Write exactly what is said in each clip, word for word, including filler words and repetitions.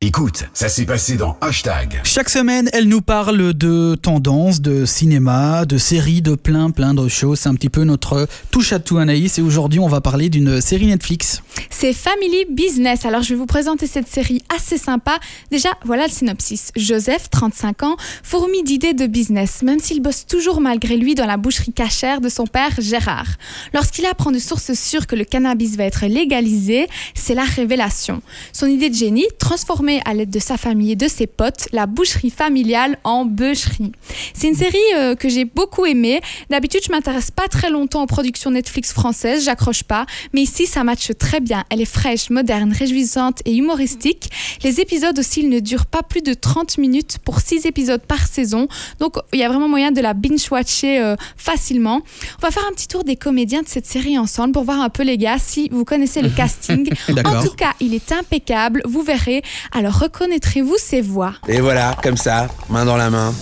Écoute, ça s'est passé dans Hashtag. Chaque semaine, elle nous parle de tendances, de cinéma, de séries, de plein plein de choses. C'est un petit peu notre touche à tout, Anaïs. Et aujourd'hui, on va parler d'une série Netflix. C'est Family Business. Alors, je vais vous présenter cette série assez sympa. Déjà, voilà le synopsis. Joseph, trente-cinq ans, fourmille d'idées de business, même s'il bosse toujours malgré lui dans la boucherie cachère de son père Gérard. Lorsqu'il apprend de sources sûres que le cannabis va être légalisé, c'est la révélation. Son idée de génie, transformer à l'aide de sa famille et de ses potes la boucherie familiale en beucherie. C'est une série euh, que j'ai beaucoup aimée. D'habitude, je m'intéresse pas très longtemps aux productions Netflix françaises, j'accroche pas, mais ici, ça matche très bien. Elle est fraîche, moderne, réjouissante et humoristique. Les épisodes aussi, ils ne durent pas plus de trente minutes pour six épisodes par saison, donc il y a vraiment moyen de la binge-watcher euh, facilement. On va faire un petit tour des comédiens de cette série ensemble pour voir un peu les gars si vous connaissez le casting. En tout cas, il est impeccable, vous verrez. Alors reconnaîtrez-vous ces voix? Et voilà, comme ça, main dans la main.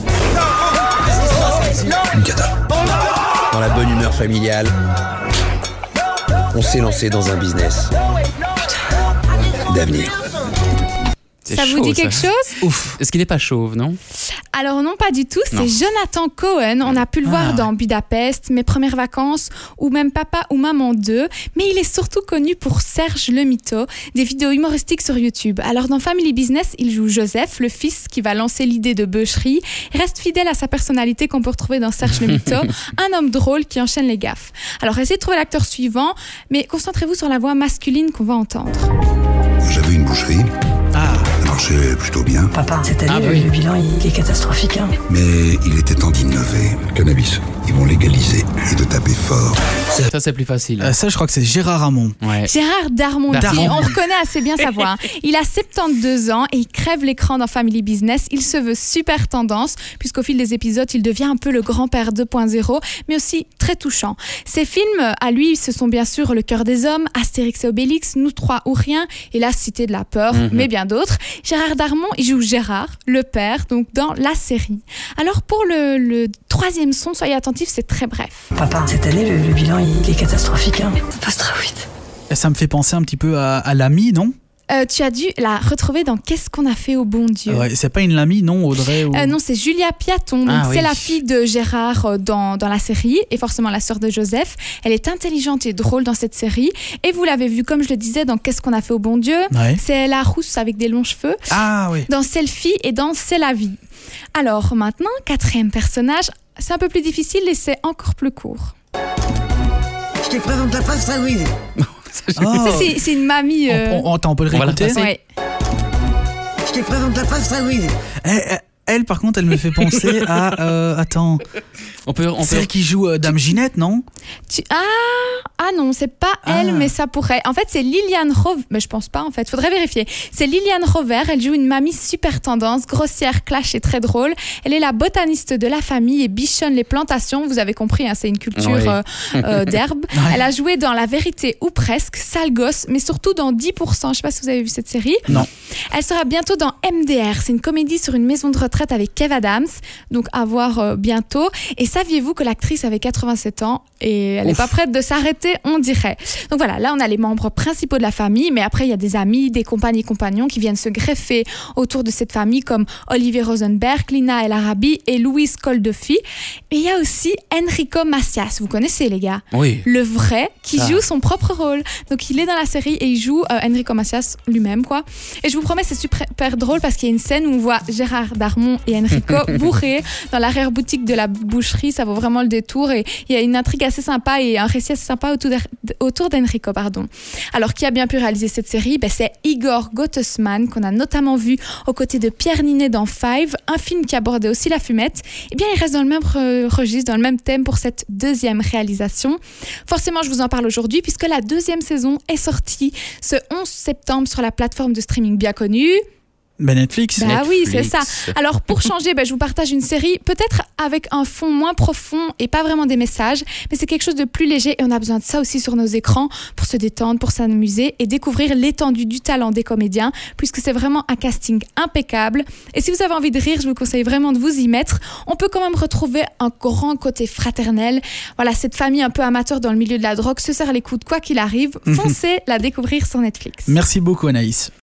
Une cata. Dans la bonne humeur familiale, on s'est lancé dans un business d'avenir. C'est ça chaud, vous dit quelque ça. chose? Ouf. Est-ce qu'il n'est pas chauve, non? Alors non, pas du tout. C'est non. Jonathan Cohen. On a pu le ah. voir dans Budapest, Mes premières vacances ou même Papa ou Maman deux. Mais il est surtout connu pour Serge le Mytho, des vidéos humoristiques sur YouTube. Alors dans Family Business, il joue Joseph, le fils qui va lancer l'idée de beucherie. Il reste fidèle à sa personnalité qu'on peut retrouver dans Serge le Mytho, un homme drôle qui enchaîne les gaffes. Alors essayez de trouver l'acteur suivant, mais concentrez-vous sur la voix masculine qu'on va entendre. J'avais une boucherie. Ah. Ça marchait plutôt bien. Papa, cette année, ah, oui. le bilan il est catastrophique. Hein. Mais il était temps d'innover. Cannabis, ils vont légaliser et de taper fort. Ça, c'est plus facile. Euh, ça, je crois que c'est Gérard Darmon. Ouais. Gérard Darmon. Darmon. On reconnaît assez bien sa voix. Hein. Il a soixante-douze ans et il crève l'écran dans Family Business. Il se veut super tendance, puisqu'au fil des épisodes, il devient un peu le grand-père deux point zéro, mais aussi très touchant. Ses films, à lui, ce sont bien sûr Le cœur des hommes, Astérix et Obélix, Nous trois ou rien, et La cité de la peur, mm-hmm. mais bien d'autres. Gérard Darmon, il joue Gérard, le père, donc dans la série. Alors pour le, le troisième son, soyez attentifs, c'est très bref. Papa, cette année, le, le bilan il est catastrophique. Hein. Ça passe trop vite. Ça me fait penser un petit peu à, à L'Ami, non ? Euh, tu as dû la retrouver dans Qu'est-ce qu'on a fait au bon Dieu. Ouais, c'est pas une Lamy, non, Audrey ou... euh, Non, c'est Julia Piaton. Donc ah, c'est oui. la fille de Gérard dans, dans la série et forcément la sœur de Joseph. Elle est intelligente et drôle dans cette série. Et vous l'avez vu, comme je le disais, dans Qu'est-ce qu'on a fait au bon Dieu. Ouais. C'est la rousse avec des longs cheveux. Ah oui. Dans Selfie et dans C'est la vie. Alors maintenant, quatrième personnage, c'est un peu plus difficile et c'est encore plus court. Je te présente la face Sawid. Oh. Ça, c'est, c'est une mamie. Euh... On, on, on peut le réécouter. Ouais. Je te présente la face Sawid. Elle, elle, par contre, elle me fait penser à. Euh, attends. On peut, on Celle peut... qui joue euh, Dame Ginette, non? tu... Ah, ah non, c'est pas ah. elle, mais ça pourrait. En fait, c'est Liliane Rover. Mais je pense pas, en fait. Faudrait vérifier. C'est Liliane Rover. Elle joue une mamie super tendance, grossière, clash et très drôle. Elle est la botaniste de la famille et bichonne les plantations. Vous avez compris, hein, c'est une culture oui. euh, euh, d'herbe. Ouais. Elle a joué dans La vérité ou presque, Sale gosse, mais surtout dans dix pour cent. Je sais pas si vous avez vu cette série. Non. Elle sera bientôt dans M D R. C'est une comédie sur une maison de retraite avec Kev Adams. Donc à voir euh, bientôt. Et saviez-vous que l'actrice avait quatre-vingt-sept ans et elle n'est pas prête de s'arrêter, on dirait. Donc voilà, là on a les membres principaux de la famille, mais après il y a des amis, des compagnes et compagnons qui viennent se greffer autour de cette famille comme Olivier Rosenberg, Lina El Arabi et Louise Coldefi. Et il y a aussi Enrico Macias, vous connaissez les gars? Oui. Le vrai, qui Ça. joue son propre rôle. Donc il est dans la série et il joue euh, Enrico Macias lui-même, quoi. Et je vous promets, c'est super drôle parce qu'il y a une scène où on voit Gérard Darmon et Enrico bourrés dans l'arrière-boutique de la boucherie. Ça vaut vraiment le détour et il y a une intrigue assez sympa et un récit assez sympa autour, autour d'Enrico. Pardon. Alors, qui a bien pu réaliser cette série? Ben, c'est Igor Gottesman, qu'on a notamment vu aux côtés de Pierre Ninet dans Five, un film qui abordait aussi la fumette. Eh bien, il reste dans le même registre, dans le même thème pour cette deuxième réalisation. Forcément, je vous en parle aujourd'hui puisque la deuxième saison est sortie ce onze septembre sur la plateforme de streaming bien connue. Ben Netflix. Bah Netflix. oui, c'est ça. Alors pour changer, bah, je vous partage une série peut-être avec un fond moins profond et pas vraiment des messages, mais c'est quelque chose de plus léger et on a besoin de ça aussi sur nos écrans pour se détendre, pour s'amuser et découvrir l'étendue du talent des comédiens puisque c'est vraiment un casting impeccable. Et si vous avez envie de rire, je vous conseille vraiment de vous y mettre. On peut quand même retrouver un grand côté fraternel. Voilà, cette famille un peu amateur dans le milieu de la drogue se serre les coudes quoi qu'il arrive. Foncez la découvrir sur Netflix. Merci beaucoup Anaïs.